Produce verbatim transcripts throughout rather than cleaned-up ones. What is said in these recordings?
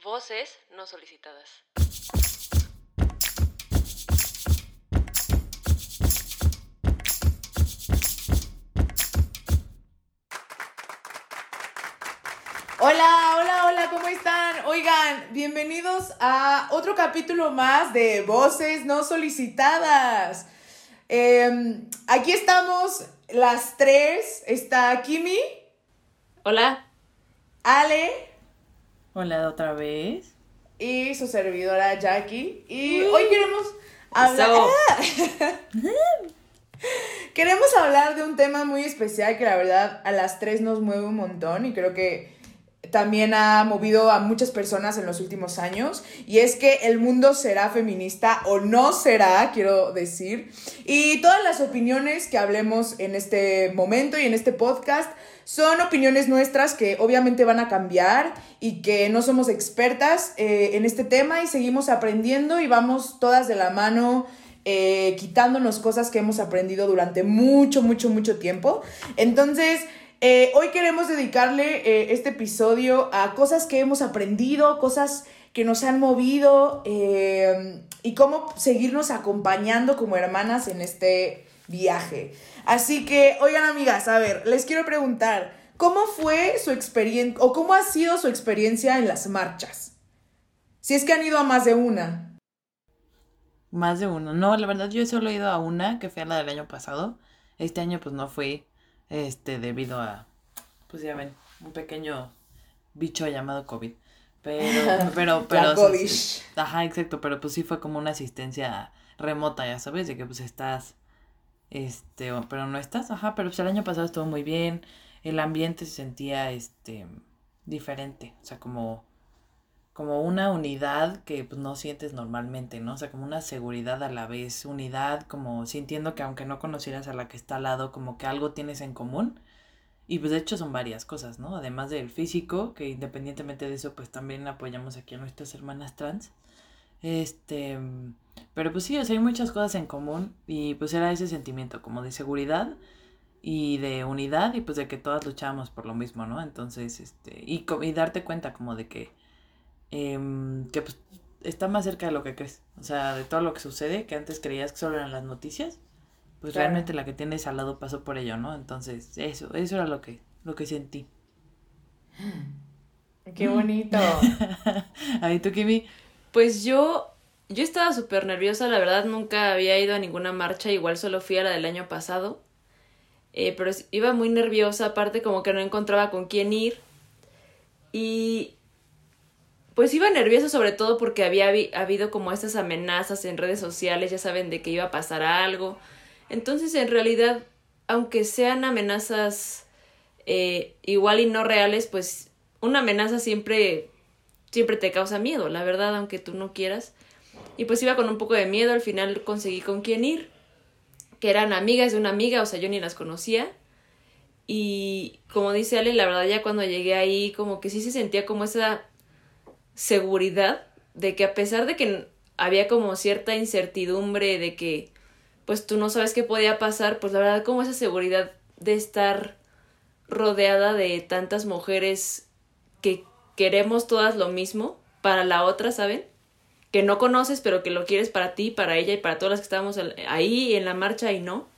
Voces no solicitadas. Hola, hola, hola, ¿cómo están? Oigan, bienvenidos a otro capítulo más de Voces no solicitadas. Eh, aquí estamos las tres. Está Kimi. Hola. Ale. Hola otra vez. Y su servidora Jackie. Y Uy. hoy queremos hablar... So. ¡Ah! Queremos hablar de un tema muy especial que la verdad a las tres nos mueve un montón y creo que también ha movido a muchas personas en los últimos años, y es que el mundo será feminista o no será, quiero decir, y todas las opiniones que hablemos en este momento y en este podcast son opiniones nuestras que obviamente van a cambiar y que no somos expertas eh, en este tema y seguimos aprendiendo y vamos todas de la mano eh, quitándonos cosas que hemos aprendido durante mucho, mucho, mucho tiempo. Entonces... Eh, hoy queremos dedicarle eh, este episodio a cosas que hemos aprendido, cosas que nos han movido eh, y cómo seguirnos acompañando como hermanas en este viaje. Así que, oigan amigas, a ver, les quiero preguntar, ¿cómo fue su experiencia o cómo ha sido su experiencia en las marchas? Si es que han ido a más de una. Más de una. No, la verdad yo solo he ido a una, que fue a la del año pasado. Este año pues no fui. Este, debido a, pues ya ven, un pequeño bicho llamado COVID. Pero, pero, pero. La o sea, COVID. sí, ajá, exacto, pero pues sí fue como una asistencia remota, ya sabes, de que pues estás, este, o- pero no estás, ajá, pero pues el año pasado estuvo muy bien, el ambiente se sentía, este, diferente, o sea, como, como una unidad que pues no sientes normalmente, ¿no? O sea, como una seguridad a la vez, unidad, como sintiendo que aunque no conocieras a la que está al lado, como que algo tienes en común. Y pues de hecho son varias cosas, ¿no? Además del físico, que independientemente de eso, pues también apoyamos aquí a nuestras hermanas trans. Este, pero pues sí, o sea, hay muchas cosas en común y pues era ese sentimiento como de seguridad y de unidad y pues de que todas luchábamos por lo mismo, ¿no? Entonces, este, y, co- y darte cuenta como de que em, que pues está más cerca de lo que crees. O sea, de todo lo que sucede, que antes creías que solo eran las noticias, pues Claro. realmente la que tienes al lado pasó por ello, ¿no? Entonces, eso, eso era lo que, lo que sentí. Qué bonito. A ver, tú, Kimi. Pues yo, yo estaba súper nerviosa, la verdad nunca había ido a ninguna marcha, igual solo fui a la del año pasado. Eh, pero es- iba muy nerviosa, aparte como que no encontraba con quién ir. Y pues iba nerviosa sobre todo porque había habi- habido como estas amenazas en redes sociales, ya saben, de que iba a pasar algo. Entonces, en realidad, aunque sean amenazas eh, igual y no reales, pues una amenaza siempre, siempre te causa miedo, la verdad, aunque tú no quieras. Y pues iba con un poco de miedo, al final conseguí con quién ir, que eran amigas de una amiga, o sea, yo ni las conocía. Y como dice Ale, la verdad ya cuando llegué ahí, como que sí se sentía como esa seguridad de que a pesar de que había como cierta incertidumbre de que pues tú no sabes qué podía pasar, pues la verdad como esa seguridad de estar rodeada de tantas mujeres que queremos todas lo mismo para la otra, ¿saben? Que no conoces pero que lo quieres para ti, para ella y para todas las que estábamos ahí en la marcha y no.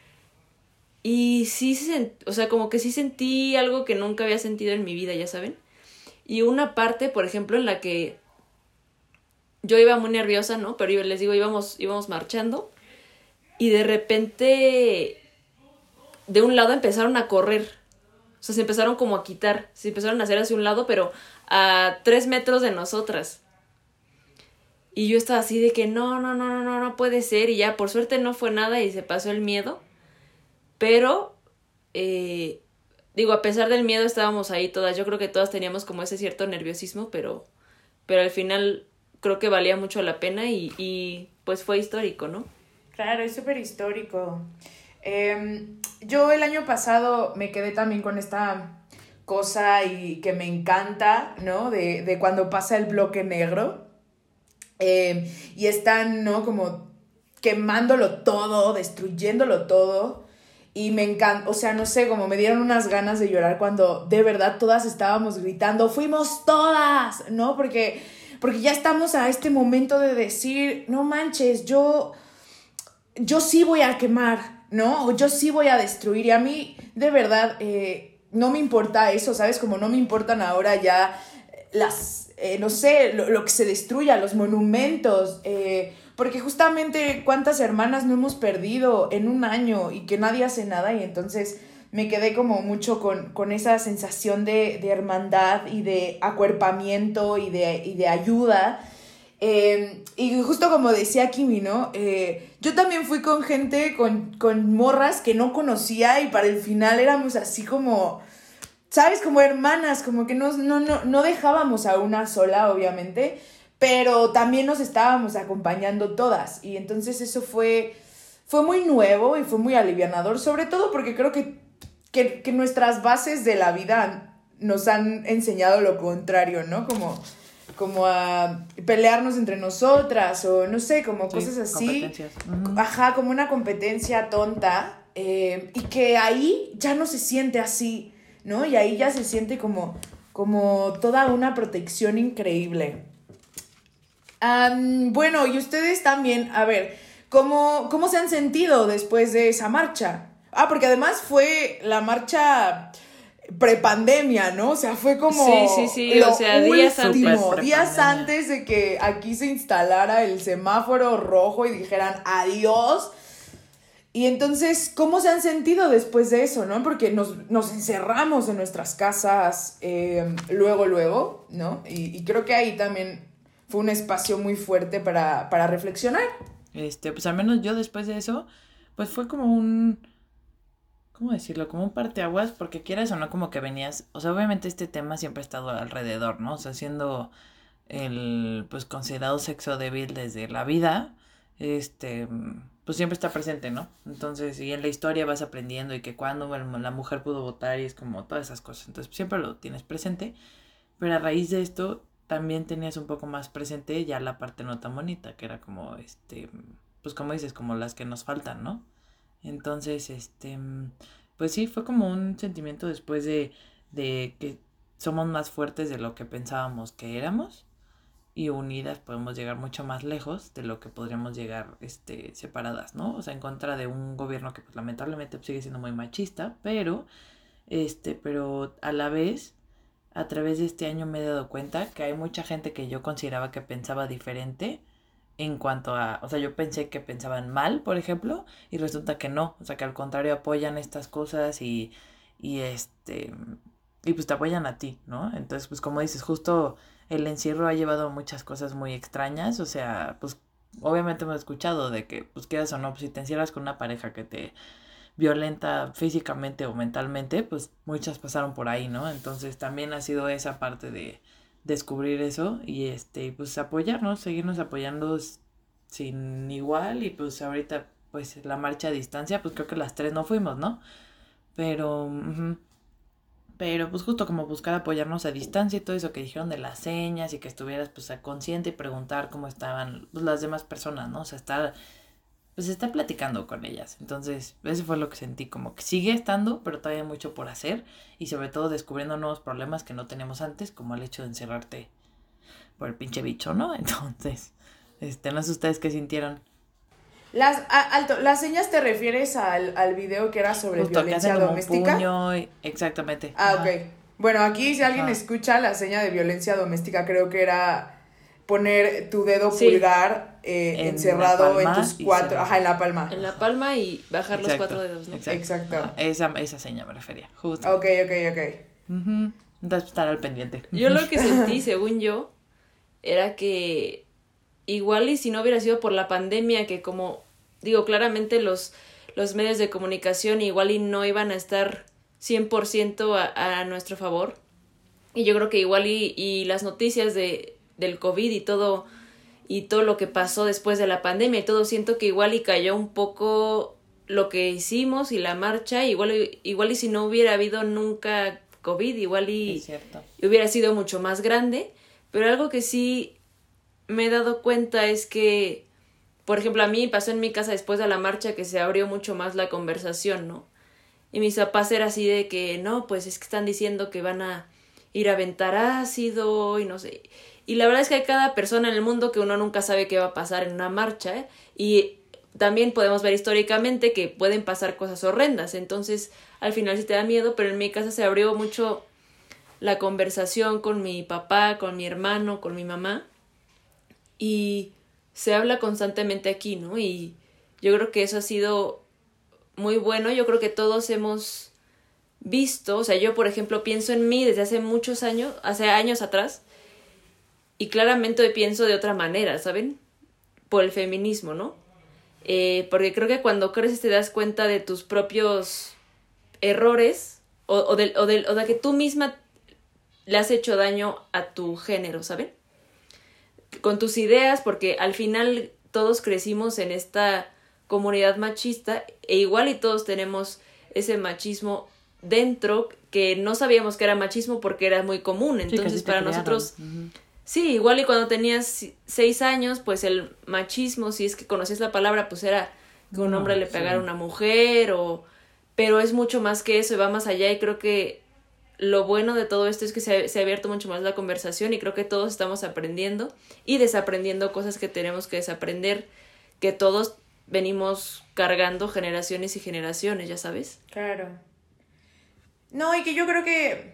Y sí, se o sea, como que sí sentí algo que nunca había sentido en mi vida, ya saben. Y una parte, por ejemplo, en la que yo iba muy nerviosa, ¿no? Pero yo les digo, íbamos, íbamos marchando y de repente de un lado empezaron a correr. O sea, se empezaron como a quitar, se empezaron a hacer hacia un lado, pero a tres metros de nosotras. Y yo estaba así de que no, no, no, no, no, no puede ser. Y ya, por suerte no fue nada y se pasó el miedo. Pero, eh, digo, a pesar del miedo estábamos ahí todas. Yo creo que todas teníamos como ese cierto nerviosismo, pero, pero al final creo que valía mucho la pena y, y pues fue histórico, ¿no? Claro, es súper histórico. Eh, yo el año pasado me quedé también con esta cosa y que me encanta, ¿no? De, de cuando pasa el bloque negro eh, y están, ¿no? Como quemándolo todo, destruyéndolo todo. y me encanta, o sea, no sé, como me dieron unas ganas de llorar cuando de verdad todas estábamos gritando, fuimos todas, ¿no? Porque, porque ya estamos a este momento de decir, no manches, yo, yo sí voy a quemar, ¿no? O yo sí voy a destruir, y a mí, de verdad, eh, no me importa eso, ¿sabes? Como no me importan ahora ya las, eh, no sé, lo, lo que se destruya, los monumentos, eh, porque justamente cuántas hermanas no hemos perdido en un año y que nadie hace nada, y entonces me quedé como mucho con, con esa sensación de, de hermandad y de acuerpamiento y de, y de ayuda. Eh, y justo como decía Kimi, ¿no? Eh, yo también fui con gente, con, con morras que no conocía, y para el final éramos así como, ¿sabes? Como hermanas, como que no, no, no, no dejábamos a una sola, obviamente, pero también nos estábamos acompañando todas, y entonces eso fue, fue muy nuevo y fue muy alivianador, sobre todo porque creo que, que, que nuestras bases de la vida nos han enseñado lo contrario, ¿no? Como, como a pelearnos entre nosotras, o no sé, como sí, cosas así. Uh-huh. Ajá, como una competencia tonta, eh, y que ahí ya no se siente así, ¿no? Y ahí ya se siente como, como toda una protección increíble. Um, bueno, y ustedes también, a ver, ¿cómo, ¿cómo se han sentido después de esa marcha? Ah, porque además fue la marcha prepandemia, ¿no? O sea, fue como sí, sí, sí, lo o sea, días último, antes. días antes de que aquí se instalara el semáforo rojo y dijeran adiós. Y entonces, ¿cómo se han sentido después de eso, no? Porque nos, nos encerramos en nuestras casas eh, luego, luego, ¿no? Y, y creo que ahí también fue un espacio muy fuerte para, para reflexionar. Este, pues al menos yo después de eso, pues fue como un, ¿cómo decirlo? Como un parteaguas, porque quieras o no, como que venías, o sea, obviamente este tema siempre ha estado alrededor, ¿no? O sea, siendo el, pues, considerado sexo débil desde la vida, este, pues siempre está presente, ¿no? Entonces, y en la historia vas aprendiendo y que cuando la mujer pudo votar y es como todas esas cosas, entonces siempre lo tienes presente, pero a raíz de esto también tenías un poco más presente ya la parte no tan bonita, que era como, este, pues como dices, como las que nos faltan, ¿no? Entonces, este, pues sí, fue como un sentimiento después de, de que somos más fuertes de lo que pensábamos que éramos, y unidas podemos llegar mucho más lejos de lo que podríamos llegar, este, separadas, ¿no? O sea, en contra de un gobierno que pues lamentablemente sigue siendo muy machista, pero, este, pero a la vez, a través de este año me he dado cuenta que hay mucha gente que yo consideraba que pensaba diferente en cuanto a, o sea, yo pensé que pensaban mal, por ejemplo, y resulta que no, o sea, que al contrario apoyan estas cosas y, y este, y pues te apoyan a ti, ¿no? Entonces, pues como dices, justo el encierro ha llevado a muchas cosas muy extrañas, o sea, pues obviamente hemos escuchado de que, pues quieras o no, pues si te encierras con una pareja que te violenta físicamente o mentalmente, pues muchas pasaron por ahí, ¿no? Entonces también ha sido esa parte de descubrir eso y este, pues apoyarnos, seguirnos apoyando sin igual, y pues ahorita pues la marcha a distancia, pues creo que las tres no fuimos, ¿no? Pero, uh-huh. pero pues justo como buscar apoyarnos a distancia y todo eso que dijeron de las señas, y que estuvieras pues consciente y preguntar cómo estaban pues, las demás personas, ¿no? O sea, estar, pues estar platicando con ellas. Entonces, eso fue lo que sentí, como que sigue estando, pero todavía hay mucho por hacer, y sobre todo descubriendo nuevos problemas que no teníamos antes, como el hecho de encerrarte por el pinche bicho, ¿no? Entonces, este, no sé ustedes qué sintieron. Las, a, alto, ¿las señas te refieres al, al video que era sobre Justo, violencia que doméstica? Un puño y, exactamente. Ah, Ajá. ok. Bueno, aquí si alguien Ajá. escucha la seña de violencia doméstica, creo que era poner tu dedo Sí. pulgar eh, En encerrado en tus y cuatro, cerrar. ajá, en la palma. En la palma y bajar los Exacto, cuatro dedos, ¿no? Exacto. Exacto. Ajá, esa, esa seña me refería, justo. Ok, ok, ok. Uh-huh. Entonces, estar al pendiente. Yo lo que sentí, según yo, era que igual y si no hubiera sido por la pandemia, que como digo, claramente los, los medios de comunicación igual y no iban a estar cien por ciento a, a nuestro favor. Y yo creo que igual y, y las noticias de, del COVID y todo, y todo lo que pasó después de la pandemia y todo, siento que igual y cayó un poco lo que hicimos y la marcha, igual, igual y si no hubiera habido nunca COVID, igual y, es cierto. y hubiera sido mucho más grande. Pero algo que sí me he dado cuenta es que, por ejemplo, a mí pasó en mi casa después de la marcha que se abrió mucho más la conversación, ¿no? Y mis papás era así de que, no, pues es que están diciendo que van a ir a aventar ácido y no sé. Y la verdad es que hay cada persona en el mundo que uno nunca sabe qué va a pasar en una marcha, ¿eh? Y también podemos ver históricamente que pueden pasar cosas horrendas. Entonces, al final sí te da miedo, pero en mi casa se abrió mucho la conversación con mi papá, con mi hermano, con mi mamá. Y se habla constantemente aquí, ¿no? Y yo creo que eso ha sido muy bueno. Yo creo que todos hemos visto, o sea, yo por ejemplo pienso en mí desde hace muchos años, hace años atrás, y claramente hoy pienso de otra manera, ¿saben? Por el feminismo, ¿no? Eh, porque creo que cuando creces te das cuenta de tus propios errores o, o, de, o, de, o de que tú misma le has hecho daño a tu género, ¿saben? Con tus ideas, porque al final todos crecimos en esta comunidad machista e igual y todos tenemos ese machismo dentro que no sabíamos que era machismo porque era muy común. Entonces, sí, para crearon. nosotros... Uh-huh. Sí, igual y cuando tenías seis años, pues el machismo, si es que conocías la palabra, pues era que un hombre no, le pegara sí. a una mujer, o... pero es mucho más que eso y va más allá, y creo que lo bueno de todo esto es que se ha, se ha abierto mucho más la conversación y creo que todos estamos aprendiendo y desaprendiendo cosas que tenemos que desaprender, que todos venimos cargando generaciones y generaciones, ya sabes. Claro. No, y que yo creo que...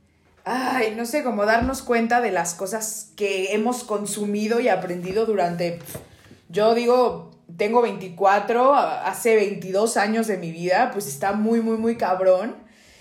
Ay, no sé, como darnos cuenta de las cosas que hemos consumido y aprendido durante... Yo digo, tengo veinticuatro, hace veintidós años de mi vida, pues está muy, muy, muy cabrón.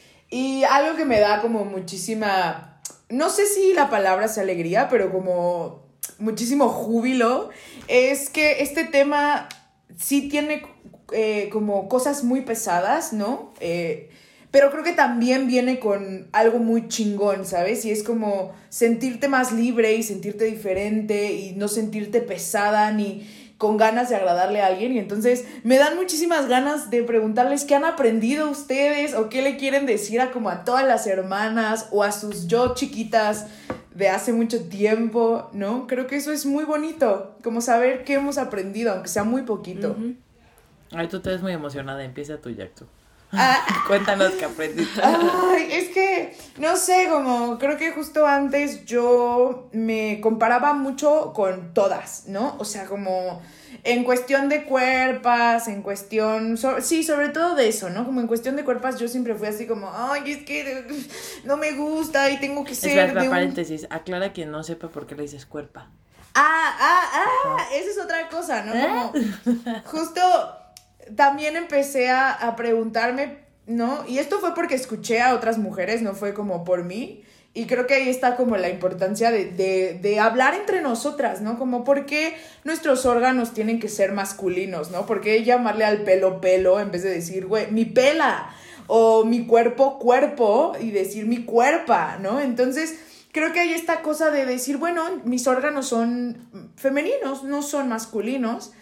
Y algo que me da como muchísima... No sé si la palabra es alegría, pero como muchísimo júbilo, es que este tema sí tiene eh, como cosas muy pesadas, ¿no? Eh... Pero creo que también viene con algo muy chingón, ¿sabes? Y es como sentirte más libre y sentirte diferente y no sentirte pesada ni con ganas de agradarle a alguien. Y entonces me dan muchísimas ganas de preguntarles qué han aprendido ustedes o qué le quieren decir a como a todas las hermanas o a sus yo chiquitas de hace mucho tiempo, ¿no? Creo que eso es muy bonito, como saber qué hemos aprendido, aunque sea muy poquito. Uh-huh. Ay, tú te ves muy emocionada. Empieza tu Yacto. Ah, cuéntanos qué aprendiste. Ay, es que, no sé, como creo que justo antes yo me comparaba mucho con todas, ¿no? O sea, como en cuestión de cuerpas, en cuestión, so, sí, sobre todo de eso, ¿no? Como en cuestión de cuerpas yo siempre fui así como, ay, es que no me gusta y tengo que ser Espera, de un... paréntesis, aclara quien no sepa por qué le dices cuerpa. Ah, ah, ah, esa es otra cosa, ¿no? Como justo... También empecé a, a preguntarme, ¿no? Y esto fue porque escuché a otras mujeres, no fue como por mí. Y creo que ahí está como la importancia de, de, de hablar entre nosotras, ¿no? Como por qué nuestros órganos tienen que ser masculinos, ¿no? ¿Por qué llamarle al pelo pelo en vez de decir, güey, mi pela? O mi cuerpo cuerpo y decir mi cuerpa, ¿no? Entonces... Creo que hay esta cosa de decir, bueno, mis órganos son femeninos, no son masculinos.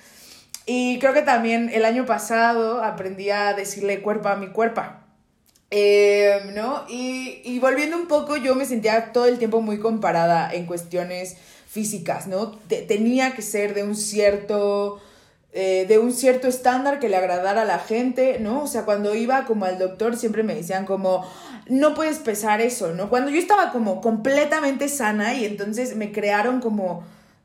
Y creo que también el año pasado aprendí a decirle cuerpo a mi cuerpa, eh, ¿no? Y, y volviendo un poco, yo me sentía todo el tiempo muy comparada en cuestiones físicas, ¿no? Te, tenía que ser de un cierto... Eh, de un cierto estándar que le agradara a la gente, ¿no? O sea, cuando iba como al doctor siempre me decían como, no puedes pesar eso, ¿no? Cuando yo estaba como completamente sana y entonces me crearon como...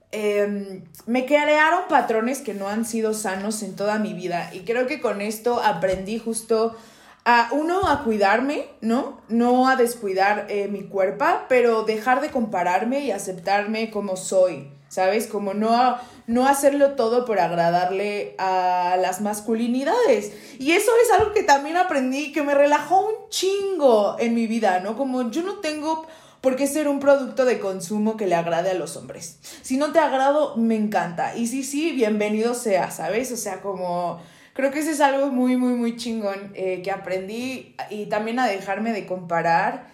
Eh, me crearon patrones que no han sido sanos en toda mi vida y creo que con esto aprendí justo a, uno, a cuidarme, ¿no? No a descuidar eh, mi cuerpo, pero dejar de compararme y aceptarme como soy, ¿sabes? Como no, a, no hacerlo todo por agradarle a las masculinidades. Y eso es algo que también aprendí, que me relajó un chingo en mi vida, ¿no? Como yo no tengo... ¿Por qué ser un producto de consumo que le agrade a los hombres? Si no te agrado, me encanta. Y sí, sí, bienvenido sea, ¿sabes? O sea, como... Creo que eso es algo muy, muy, muy chingón eh, que aprendí. Y también a dejarme de comparar.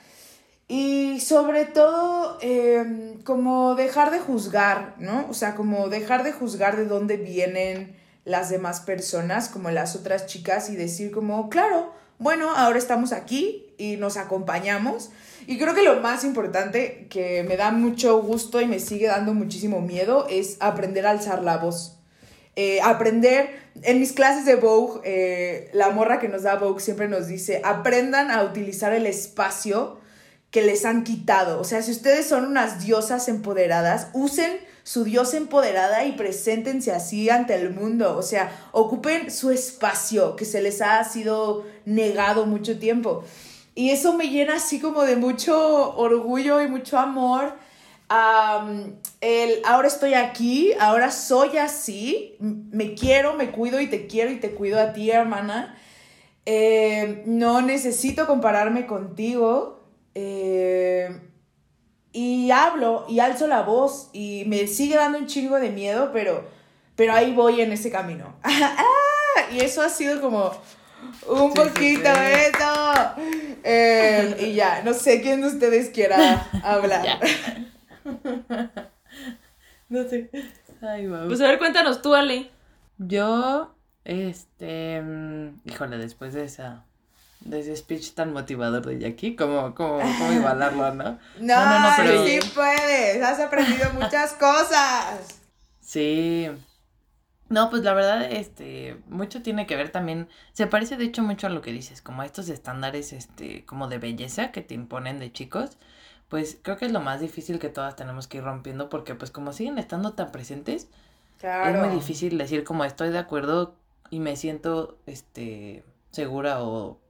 Y sobre todo, eh, como dejar de juzgar, ¿no? O sea, como dejar de juzgar de dónde vienen las demás personas, como las otras chicas, y decir como, claro, bueno, ahora estamos aquí y nos acompañamos. Y creo que lo más importante, que me da mucho gusto y me sigue dando muchísimo miedo, es aprender a alzar la voz. eh, aprender. En mis clases de Vogue, eh, la morra que nos da Vogue siempre nos dice, aprendan a utilizar el espacio que les han quitado. O sea, si ustedes son unas diosas empoderadas, usen su diosa empoderada y preséntense así ante el mundo. O sea, ocupen su espacio que se les ha sido negado mucho tiempo. Y eso me llena así como de mucho orgullo y mucho amor. Um, el ahora estoy aquí, ahora soy así, me quiero, me cuido y te quiero y te cuido a ti, hermana. Eh, no necesito compararme contigo. Eh, y hablo y alzo la voz y me sigue dando un chingo de miedo, pero, pero ahí voy en ese camino. Y eso ha sido como un sí, poquito sí, sí. eso. Eh, y ya, no sé quién de ustedes quiera hablar. No sé. Ay, wow. Pues a ver, cuéntanos tú, Ale. Yo, este, híjole, después de esa, de ese speech tan motivador de Jackie, ¿cómo, cómo, cómo igualarlo, no? No, no, no, no pero... sí puedes, has aprendido muchas cosas. Sí. No, pues la verdad, este, mucho tiene que ver también, se parece de hecho mucho a lo que dices, como a estos estándares, este, como de belleza que te imponen de chicos. Pues creo que es lo más difícil que todas tenemos que ir rompiendo porque pues como siguen estando tan presentes, claro. Es muy difícil decir como estoy de acuerdo y me siento este segura o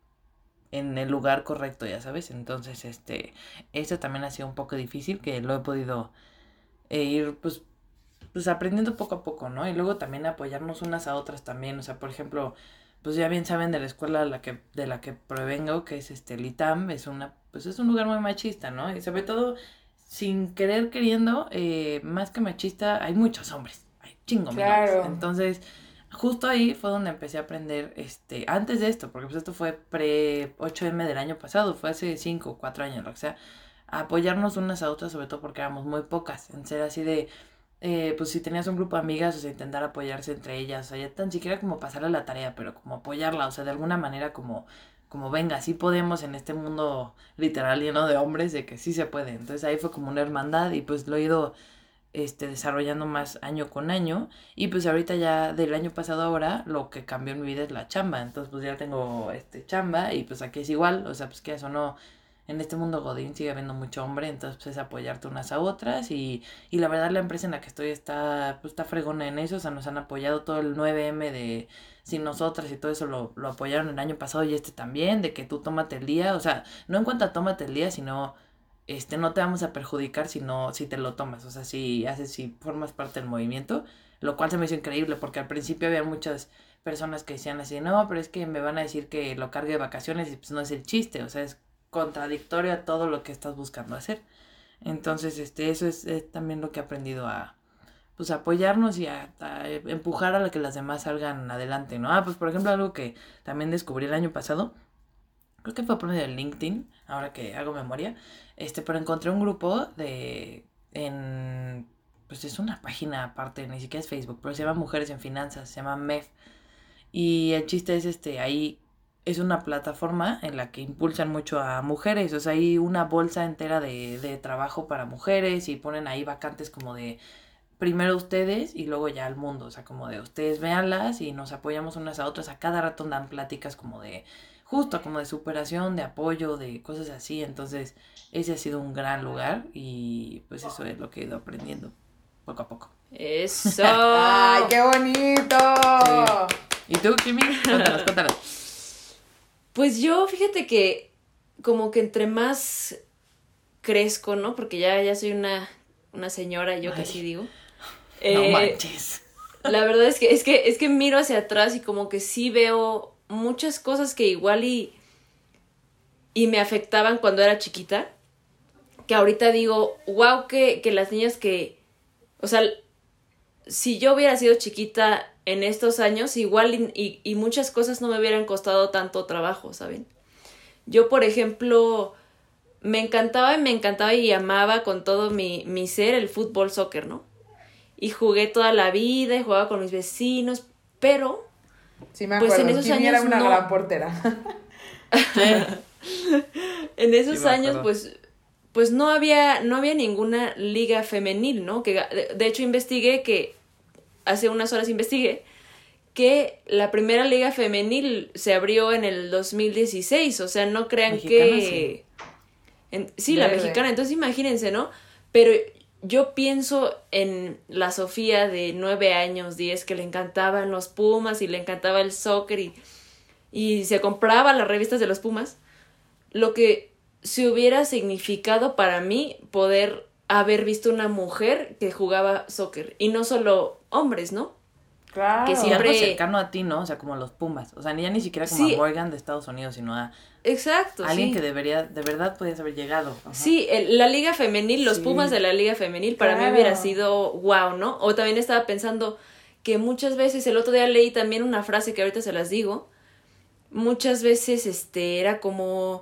en el lugar correcto, ya sabes. Entonces, este, esto también ha sido un poco difícil que lo he podido eh, ir pues, pues aprendiendo poco a poco, ¿no? Y luego también apoyarnos unas a otras también, o sea, por ejemplo, pues ya bien saben de la escuela la que, de la que provengo, que es este el I T A M, es una, pues es un lugar muy machista, ¿no? Y sobre todo, sin querer queriendo, eh, más que machista, hay muchos hombres, hay chingo claro. Hombres. Entonces, justo ahí fue donde empecé a aprender, este, antes de esto, porque pues esto fue pre ocho eme del año pasado, fue hace cinco o cuatro años, lo que sea, a apoyarnos unas a otras, sobre todo porque éramos muy pocas, en ser así de... Eh, pues si tenías un grupo de amigas, o sea, intentar apoyarse entre ellas, o sea, ya tan siquiera como pasarle la tarea, pero como apoyarla, o sea, de alguna manera como, como venga, sí podemos en este mundo literal lleno de hombres, de que sí se puede. Entonces ahí fue como una hermandad y pues lo he ido este, desarrollando más año con año y pues ahorita ya del año pasado ahora lo que cambió en mi vida es la chamba, entonces pues ya tengo este chamba y pues aquí es igual, o sea, pues que eso no... En este mundo godín sigue habiendo mucho hombre, entonces pues es apoyarte unas a otras y, y la verdad la empresa en la que estoy está, pues, está fregona en eso, o sea, nos han apoyado todo el nueve eme de Sin Nosotras y todo eso lo, lo apoyaron el año pasado y este también, de que tú tómate el día, o sea, no en cuanto a tómate el día, sino este no te vamos a perjudicar si, no, si te lo tomas, o sea, si haces, si formas parte del movimiento, lo cual se me hizo increíble porque al principio había muchas personas que decían así, no, pero es que me van a decir que lo cargue de vacaciones y pues no es el chiste, o sea, es contradictorio a todo lo que estás buscando hacer. Entonces, este, eso es, es también lo que he aprendido a, pues, apoyarnos y a, a empujar a que las demás salgan adelante, ¿no? Ah, pues, por ejemplo, algo que también descubrí el año pasado, creo que fue por medio de LinkedIn, ahora que hago memoria, este, pero encontré un grupo de, en, pues, es una página aparte, ni siquiera es Facebook, pero se llama Mujeres en Finanzas, se llama M E F, y el chiste es, este, ahí es una plataforma en la que impulsan mucho a mujeres, o sea, hay una bolsa entera de, de trabajo para mujeres y ponen ahí vacantes como de primero ustedes y luego ya al mundo, o sea, como de ustedes véanlas y nos apoyamos unas a otras, a cada rato dan pláticas como de, justo como de superación, de apoyo, de cosas así, entonces ese ha sido un gran lugar y pues eso es lo que he ido aprendiendo poco a poco. ¡Eso! ¡Ay, qué bonito! Sí. ¿Y tú, Kimi? Cuéntanos, cuéntanos. Pues yo, fíjate que como que entre más crezco, ¿no? Porque ya, ya soy una, una señora, yo Ay, casi digo. No eh, manches. La verdad es que, es que es que miro hacia atrás y como que sí veo muchas cosas que igual y, y me afectaban cuando era chiquita. Que ahorita digo, wow, que, que las niñas que... O sea, si yo hubiera sido chiquita en estos años, igual y, y, y muchas cosas no me hubieran costado tanto trabajo, ¿saben? Yo, por ejemplo, me encantaba y me encantaba y amaba con todo mi, mi ser el fútbol, soccer, ¿no? Y jugué toda la vida y jugaba con mis vecinos, pero... Sí, me acuerdo, pues en esos Kimi años era una no... gran portera. En esos sí años, pues... pues no había, no había ninguna liga femenil, ¿no? Que de, de hecho investigué que hace unas horas investigué que la primera liga femenil se abrió en el dos mil dieciséis, o sea, no crean Mexicana, que... sí. En, sí, la Verde. mexicana, entonces imagínense, ¿no? Pero yo pienso en la Sofía de nueve años, diez, que le encantaban los Pumas y le encantaba el soccer y, y se compraba las revistas de los Pumas, lo que se hubiera significado para mí poder haber visto una mujer que jugaba soccer y no solo hombres, ¿no? Claro. Que Y siempre- algo cercano a ti, ¿no? O sea, como los Pumas. O sea, ni ya ni siquiera como Sí. a Morgan de Estados Unidos, sino a Exacto, alguien sí. que debería, de verdad podías haber llegado. Ajá. Sí, el- la liga femenil, los Sí. Pumas de la liga femenil, para Claro. mí hubiera sido wow, ¿no? O también estaba pensando que muchas veces, el otro día leí también una frase que ahorita se las digo, muchas veces este era como,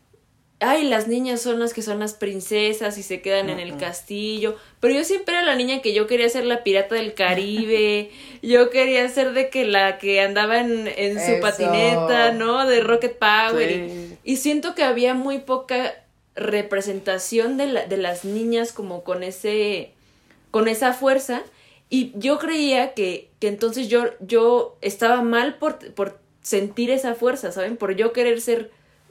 ay, las niñas son las que son las princesas y se quedan en el Ujú. castillo, pero yo siempre era la niña que yo quería ser la pirata del Caribe, yo quería ser de que la que andaba en, en su Eso. patineta, ¿no? De Rocket Power y- Sí. y siento que había muy poca representación de, la, de las niñas como con ese con esa fuerza y yo creía que, que entonces yo, yo estaba mal por, por sentir esa fuerza, ¿saben? Por yo querer ser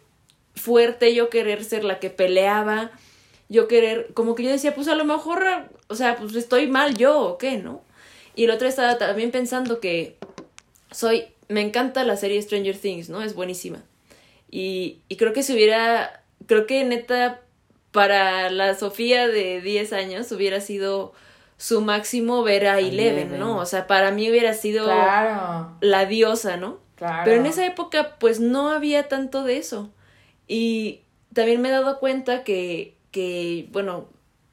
fuerte, yo querer ser la que peleaba, yo querer, como que yo decía, pues a lo mejor, o sea, pues estoy mal yo o qué, ¿no? Y el otro estaba también pensando que soy, me encanta la serie Stranger Things, ¿no? Es buenísima. Y, y creo que si hubiera, creo que neta, para la Sofía de diez años hubiera sido su máximo ver a Eleven, Eleven. ¿no? O sea, para mí hubiera sido Claro. la diosa, ¿no? Claro. Pero en esa época, pues no había tanto de eso. Y también me he dado cuenta que, que bueno,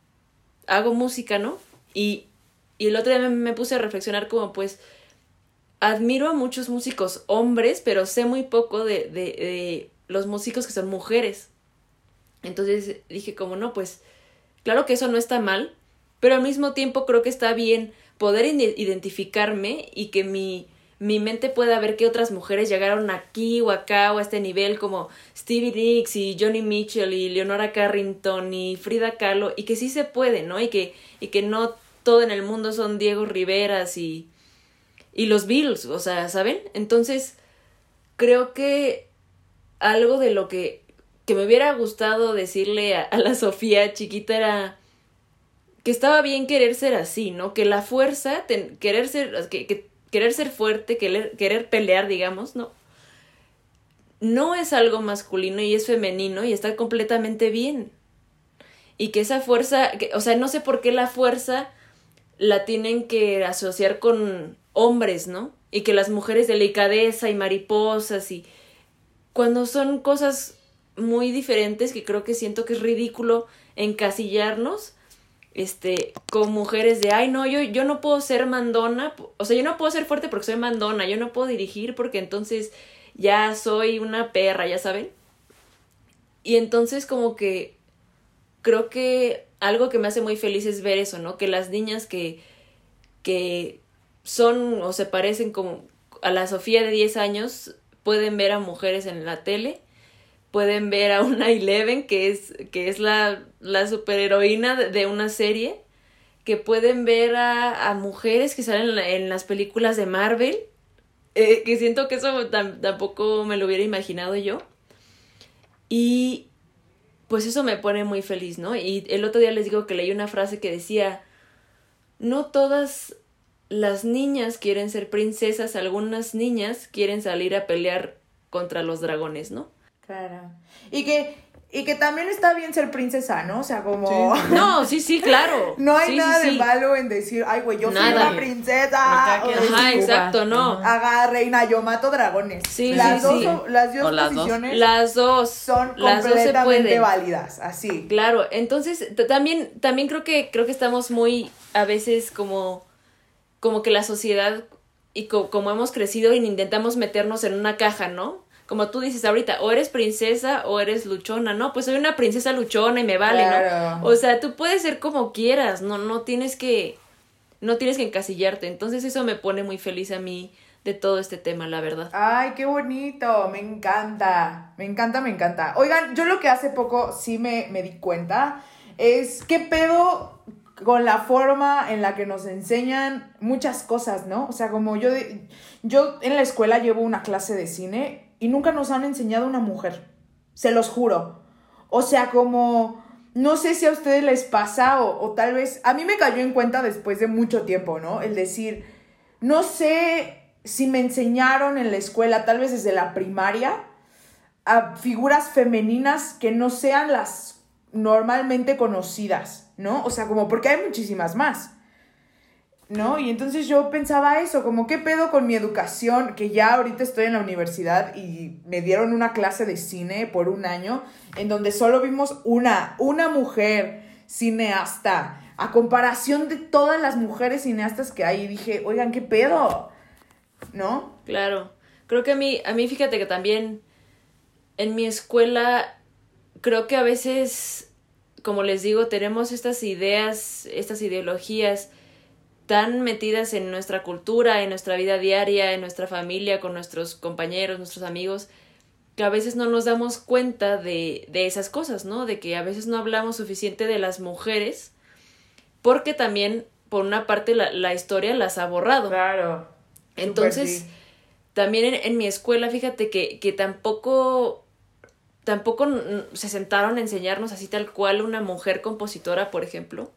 hago música, ¿no? Y, y el otro día me, me puse a reflexionar como, pues, admiro a muchos músicos hombres, pero sé muy poco de, de, de los músicos que son mujeres. Entonces dije como, no, pues, claro que eso no está mal, pero al mismo tiempo creo que está bien poder ide- identificarme y que mi, mi mente pueda ver que otras mujeres llegaron aquí o acá o a este nivel como Stevie Nicks y Joni Mitchell y Leonora Carrington y Frida Kahlo y que sí se puede, ¿no? Y que, y que no todo en el mundo son Diego Riveras y, y los Beatles, o sea, ¿saben? Entonces creo que algo de lo que, que me hubiera gustado decirle a, a la Sofía chiquita era que estaba bien querer ser así, ¿no? Que la fuerza, ten- querer ser, que, que querer ser fuerte, querer, querer pelear, digamos, ¿no? No es algo masculino y es femenino y está completamente bien. Y que esa fuerza, que, o sea, no sé por qué la fuerza la tienen que asociar con hombres, ¿no? Y que las mujeres delicadeza y mariposas y cuando son cosas muy diferentes que creo que siento que es ridículo encasillarnos este con mujeres de ay no yo yo no puedo ser mandona, o sea, yo no puedo ser fuerte porque soy mandona, yo no puedo dirigir porque entonces ya soy una perra, ya saben. Y entonces como que creo que algo que me hace muy feliz es ver eso, ¿no? Que las niñas que que son o se parecen como a la Sofía de diez años pueden ver a mujeres en la tele, pueden ver a una Eleven que es, que es la, la superheroína de, de una serie, que pueden ver a, a mujeres que salen en, la- en las películas de Marvel, eh, que siento que eso tam- tampoco me lo hubiera imaginado yo. Y pues eso me pone muy feliz, ¿no? Y el otro día les digo que leí una frase que decía, no todas las niñas quieren ser princesas, algunas niñas quieren salir a pelear contra los dragones, ¿no? Claro. Y que, y que también está bien ser princesa, ¿no? O sea, como... Sí. No, sí, sí, claro. No hay Sí, nada sí, de sí. malo en decir, ay, güey, yo soy Nada. una princesa. Cada O quien decir, Ajá, Cuba. exacto, no. Ajá. haga reina, yo mato dragones. Sí, las sí, dos, sí. son- las dos O las dos. posiciones Las dos. son las dos se completamente pueden. válidas, así. Claro, entonces t- también, también creo que, creo que estamos muy, a veces como, como que la sociedad y co- como hemos crecido y intentamos meternos en una caja, ¿no? Como tú dices ahorita, o eres princesa o eres luchona, ¿no? Pues soy una princesa luchona y me vale, Claro. ¿no? O sea, tú puedes ser como quieras, no, no tienes que, no tienes que encasillarte. Entonces eso me pone muy feliz a mí de todo este tema, la verdad. Ay, qué bonito, me encanta, me encanta, me encanta. Oigan, yo lo que hace poco sí me, me di cuenta es qué pedo con la forma en la que nos enseñan muchas cosas, ¿no? O sea, como yo, de, yo en la escuela llevo una clase de cine y nunca nos han enseñado una mujer, se los juro. O sea, como, no sé si a ustedes les pasa o, o tal vez, a mí me cayó en cuenta después de mucho tiempo, ¿no? El decir, no sé si me enseñaron en la escuela, tal vez desde la primaria, a figuras femeninas que no sean las normalmente conocidas, ¿no? O sea, como porque hay muchísimas más, ¿no? Y entonces yo pensaba eso, como qué pedo con mi educación, que ya ahorita estoy en la universidad y me dieron una clase de cine por un año en donde solo vimos una, una mujer cineasta, a comparación de todas las mujeres cineastas que hay, y dije, oigan, qué pedo, ¿no? Claro, creo que a mí, a mí fíjate que también en mi escuela creo que a veces, como les digo, tenemos estas ideas, estas ideologías tan metidas en nuestra cultura, en nuestra vida diaria, en nuestra familia, con nuestros compañeros, nuestros amigos, que a veces no nos damos cuenta de, de esas cosas, ¿no? De que a veces no hablamos suficiente de las mujeres, porque también, por una parte, la, la historia las ha borrado. Claro. Entonces, sí. también en, en mi escuela, fíjate que, que tampoco... Tampoco se sentaron a enseñarnos así tal cual una mujer compositora, por ejemplo.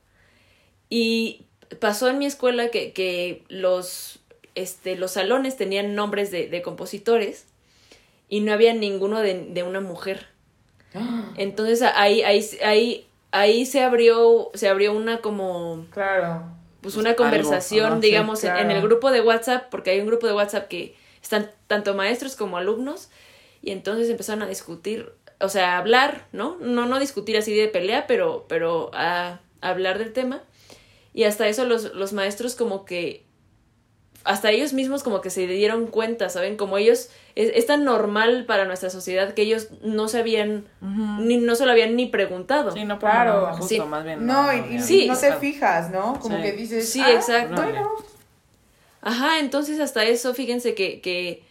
Y pasó en mi escuela que, que los, este, los salones tenían nombres de, de compositores y no había ninguno de, de una mujer. Entonces ahí, ahí, ahí, ahí se abrió, se abrió una como... Claro. Pues una conversación, algo, ¿no? digamos, Sí, claro. en, en el grupo de WhatsApp, porque hay un grupo de WhatsApp que están tanto maestros como alumnos, y entonces empezaron a discutir, o sea, a hablar, ¿no? No, no discutir así de pelea, pero, pero a, a hablar del tema. Y hasta eso los, los maestros como que, hasta ellos mismos como que se dieron cuenta, ¿saben? Como ellos, es, es tan normal para nuestra sociedad que ellos no sabían, uh-huh. ni no se lo habían ni preguntado. Sí, no, claro. No, justo, sí. más bien. No, No, y, no, y sí, no te fijas, ¿no? Como sí. que dices, sí, ah, exacto. Bueno. Ajá, entonces hasta eso, fíjense que, que,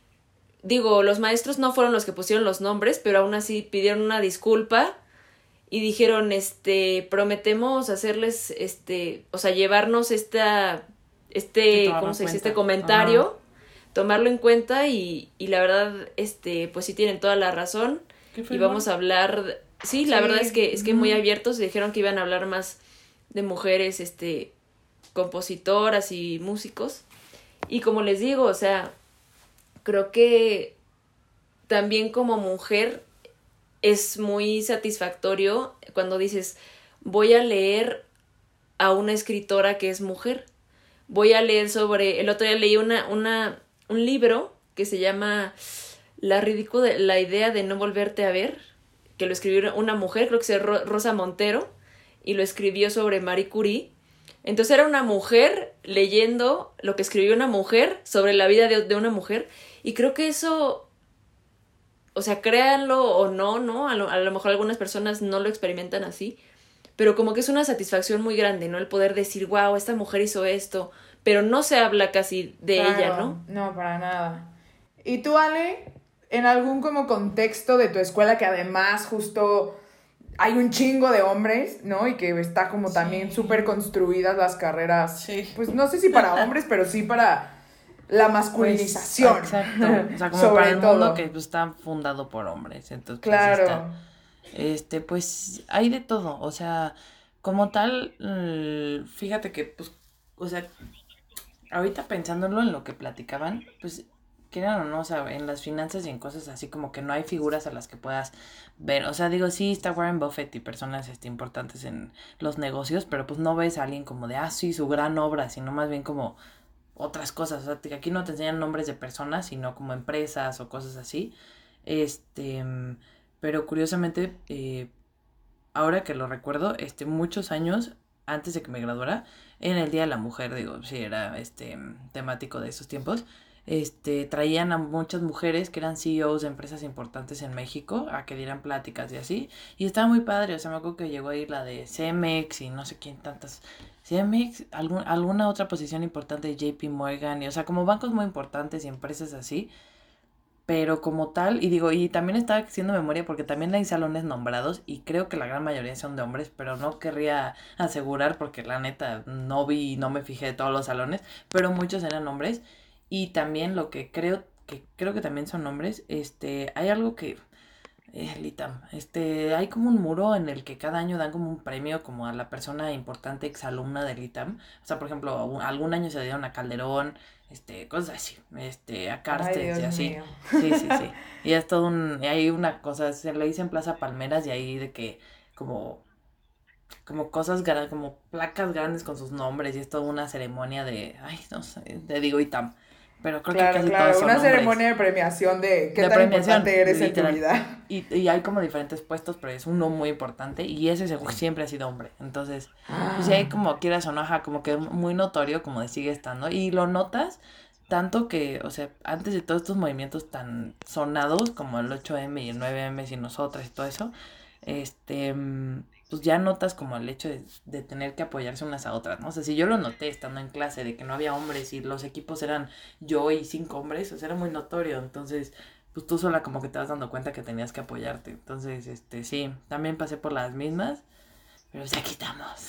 digo, los maestros no fueron los que pusieron los nombres, pero aún así pidieron una disculpa y dijeron, este, prometemos hacerles, este, o sea, llevarnos esta, este, ¿cómo se dice? Este comentario, ajá. Tomarlo en cuenta y, y la verdad, este, pues sí tienen toda la razón y vamos a hablar, sí, la sí. verdad es que, es que muy abiertos, dijeron que iban a hablar más de mujeres, este, compositoras y músicos. Y como les digo, o sea, creo que también como mujer es muy satisfactorio cuando dices, voy a leer a una escritora que es mujer. Voy a leer sobre, el otro día leí una, una, un libro que se llama La ridícula, la idea de no volverte a ver, que lo escribió una mujer, creo que es Rosa Montero, y lo escribió sobre Marie Curie. Entonces era una mujer leyendo lo que escribió una mujer sobre la vida de, de una mujer. Y creo que eso, o sea, créanlo o no, ¿no? A lo, a lo mejor algunas personas no lo experimentan así. Pero como que es una satisfacción muy grande, ¿no? El poder decir, wow, esta mujer hizo esto. Pero no se habla casi de claro, ella, ¿no? No, para nada. ¿Y tú, Ale? ¿En algún como contexto de tu escuela que además justo... hay un chingo de hombres, ¿no? Y que está como sí. también súper construidas las carreras. Sí. Pues no sé si para hombres, pero sí para la masculinización. Pues, exacto. O sea, como sobre para el todo. Mundo que pues, está fundado por hombres. Entonces, claro. Pues, está, este, pues hay de todo. O sea, como tal, fíjate que, pues, o sea, ahorita pensándolo en lo que platicaban, pues... quieran o no, o sea, en las finanzas y en cosas así como que no hay figuras a las que puedas ver, o sea, digo, sí está Warren Buffett y personas este, importantes en los negocios, pero pues no ves a alguien como de, ah, sí, su gran obra, sino más bien como otras cosas, o sea, que aquí no te enseñan nombres de personas, sino como empresas o cosas así, este, pero curiosamente, eh, ahora que lo recuerdo, este, muchos años antes de que me graduara, en el Día de la Mujer, digo, sí, era, este, temático de esos tiempos, Este, traían a muchas mujeres que eran C E Os de empresas importantes en México a que dieran pláticas y así, y estaba muy padre, o sea, me acuerdo que llegó a ir la de Cemex y no sé quién tantas, Cemex, algún, alguna otra posición importante de J P Morgan, y o sea, como bancos muy importantes y empresas así, Pero como tal, y digo, y también estaba haciendo memoria porque también hay salones nombrados y creo que la gran mayoría son de hombres, pero no querría asegurar porque la neta no vi, no me fijé de todos los salones, pero muchos eran hombres. Y también lo que creo, que creo que también son hombres, este, hay algo que, eh, el ITAM, este, hay como un muro en el que cada año dan como un premio como a la persona importante exalumna del ITAM. O sea, por ejemplo, un- algún año se dieron a Calderón, este, cosas así, este, a Ay, Carstens y Dios así. mío. Sí, sí, sí. Y es todo un, y hay una cosa, se le dice en Plaza Palmeras y ahí de que como, como cosas, gra- como placas grandes con sus nombres y es toda una ceremonia de, ay, no sé, te digo ITAM, pero creo que Claro, casi todos claro, son una hombres. ceremonia de premiación de qué De tan premiación, importante eres en tu literal. vida. Y, y hay como diferentes puestos, pero es uno muy importante y ese se- siempre ha sido hombre. Entonces, pues sí hay como quieras o no, ajá, como que es muy notorio como de sigue estando. Y lo notas tanto que, o sea, antes de todos estos movimientos tan sonados como el ocho eme y el nueve eme y nosotras y todo eso, este, mm, pues ya notas como el hecho de, de tener que apoyarse unas a otras, ¿no? O sea, si yo lo noté estando en clase de que no había hombres y los equipos eran yo y cinco hombres, o sea, era muy notorio. Entonces, pues tú sola como que te vas dando cuenta que tenías que apoyarte. Entonces, este, sí, también pasé por las mismas, pero pues aquí estamos.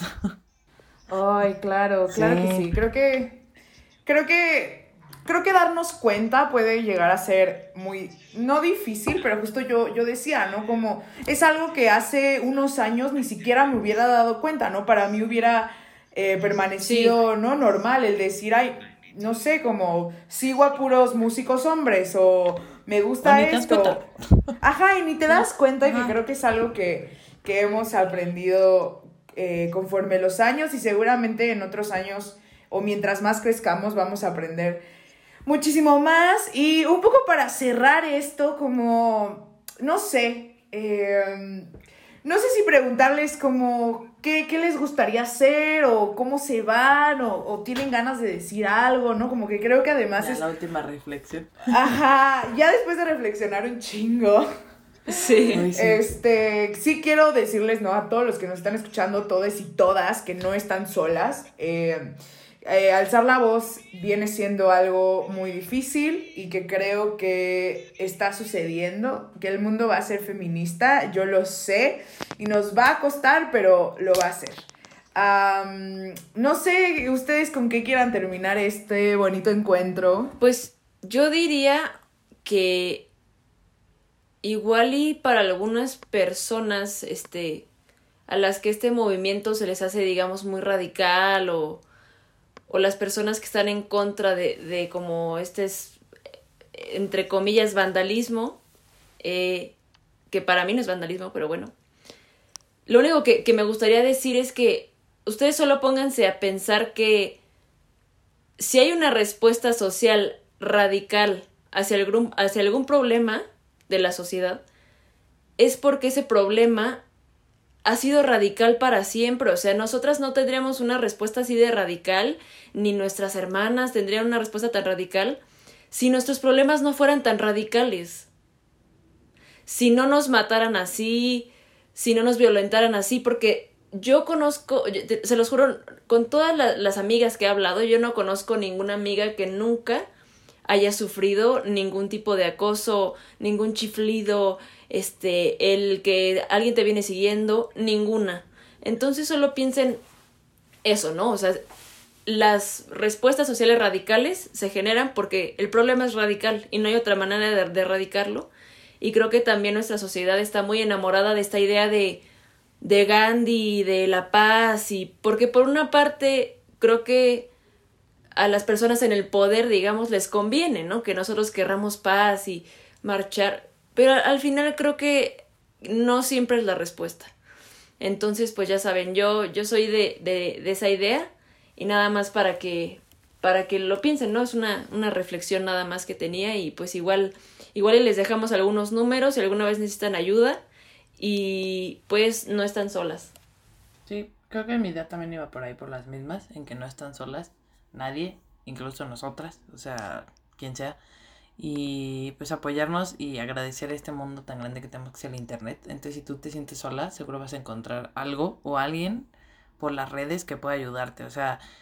Ay, claro, claro que Sí, sí. Creo que, creo que, creo que darnos cuenta puede llegar a ser muy, no difícil, pero justo yo, yo decía, ¿no? Como es algo que hace unos años ni siquiera me hubiera dado cuenta, ¿no? Para mí hubiera eh, Sí, permanecido, ¿no? Normal el decir, ay, no sé, como sigo a puros músicos hombres o me o gusta ni te das cuenta. esto. Ajá, y ni te Sí, das cuenta que ajá. creo que es algo que, que hemos aprendido eh, conforme los años y seguramente en otros años o mientras más crezcamos vamos a aprender muchísimo más. Y un poco para cerrar esto, como, no sé, eh, no sé si preguntarles como qué, qué les gustaría hacer o cómo se van o, o tienen ganas de decir algo, ¿no? Como que creo que además Ya es, la última reflexión. ajá, ya después de reflexionar un chingo. sí. Ay, sí. Este, sí quiero decirles, ¿no? A todos los que nos están escuchando, todos y todas, que no están solas. Eh, eh, alzar la voz viene siendo algo muy difícil y que creo que está sucediendo, que el mundo va a ser feminista, yo lo sé, y nos va a costar, pero lo va a hacer. Am, no sé ustedes con qué quieran terminar este bonito encuentro. Pues yo diría que igual y para algunas personas, este, a las que este movimiento se les hace, digamos, muy radical o, o las personas que están en contra de, de como este es, entre comillas, vandalismo, eh, que para mí no es vandalismo, pero bueno. Lo único que, que me gustaría decir es que ustedes solo pónganse a pensar que si hay una respuesta social radical hacia algún, hacia algún problema de la sociedad, es porque ese problema ha sido radical para siempre. O sea, nosotras no tendríamos una respuesta así de radical, ni nuestras hermanas tendrían una respuesta tan radical, si nuestros problemas no fueran tan radicales. Si no nos mataran así, si no nos violentaran así, porque yo conozco, se los juro, con todas la, las amigas que he hablado, yo no conozco ninguna amiga que nunca haya sufrido ningún tipo de acoso, ningún chiflido, este, el que alguien te viene siguiendo, ninguna. Entonces solo piensen eso, ¿no? O sea, las respuestas sociales radicales se generan porque el problema es radical y no hay otra manera de, de erradicarlo. Y creo que también nuestra sociedad está muy enamorada de esta idea de, de Gandhi, de la paz, y porque por una parte creo que a las personas en el poder, digamos, les conviene, ¿no? Que nosotros querramos paz y marchar, pero al final creo que no siempre es la respuesta. Entonces, pues ya saben, yo, yo soy de, de, de esa idea y nada más para que, para que lo piensen, ¿no? Es una, una reflexión nada más que tenía y pues igual, igual les dejamos algunos números si alguna vez necesitan ayuda y pues no están solas. Sí, creo que mi idea también iba por ahí, por las mismas, en que no están solas nadie, incluso nosotras, o sea, quien sea. Y pues apoyarnos y agradecer este mundo tan grande que tenemos que es el internet. Entonces si tú te sientes sola, seguro vas a encontrar algo o alguien por las redes que pueda ayudarte. O sea,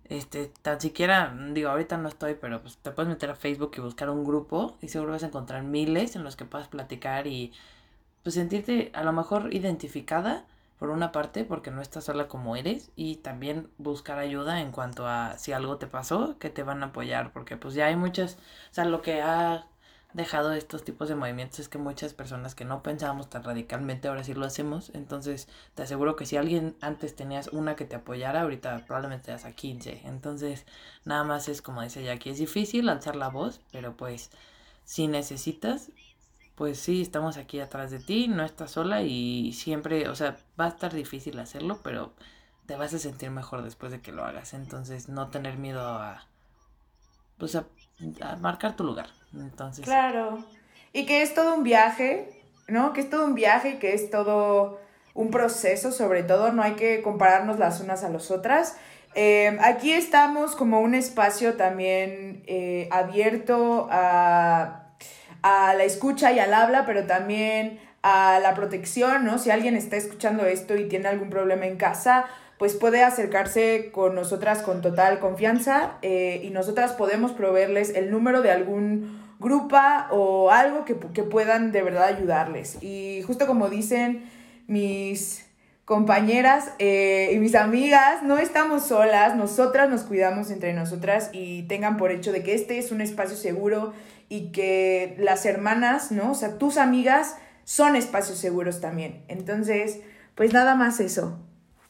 este, tan siquiera, digo, ahorita no estoy, pero pues te puedes meter a Facebook y buscar un grupo y seguro vas a encontrar miles en los que puedas platicar y pues sentirte a lo mejor identificada por una parte porque no estás sola como eres y también buscar ayuda en cuanto a si algo te pasó, que te van a apoyar porque pues ya hay muchas, o sea, lo que ha dejado estos tipos de movimientos es que muchas personas que no pensábamos tan radicalmente ahora sí lo hacemos, entonces te aseguro que si alguien antes tenías una que te apoyara, ahorita probablemente te das a quince, entonces nada más es como dice Jackie, es difícil alzar la voz, pero pues si necesitas, pues sí, estamos aquí atrás de ti, no estás sola y siempre, o sea, va a estar difícil hacerlo, pero te vas a sentir mejor después de que lo hagas, entonces no tener miedo a, pues a, a marcar tu lugar. Entonces, claro. Y que es todo un viaje, ¿no? Que es todo un viaje y que es todo un proceso, sobre todo, no hay que compararnos las unas a las otras. Eh, aquí estamos como un espacio también eh, abierto a, a la escucha y al habla, pero también a la protección, ¿no? Si alguien está escuchando esto y tiene algún problema en casa, pues puede acercarse con nosotras con total confianza eh, y nosotras podemos proveerles el número de algún grupa o algo que, que puedan de verdad ayudarles. Y justo como dicen mis compañeras eh, y mis amigas, no estamos solas, nosotras nos cuidamos entre nosotras y tengan por hecho de que este es un espacio seguro y que las hermanas, ¿no? O sea, tus amigas son espacios seguros también. Entonces, pues nada más eso.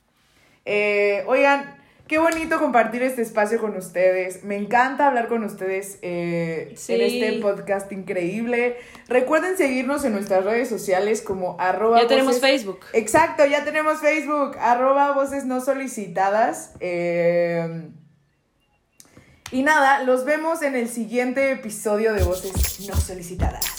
Eh, oigan, qué bonito compartir este espacio con ustedes. Me encanta hablar con ustedes eh, sí. en este podcast increíble. Recuerden seguirnos en nuestras redes sociales como arroba Ya tenemos voces... Facebook. Exacto, ya tenemos Facebook. Arroba voces no solicitadas. Eh... Y nada, los vemos en el siguiente episodio de Voces No Solicitadas.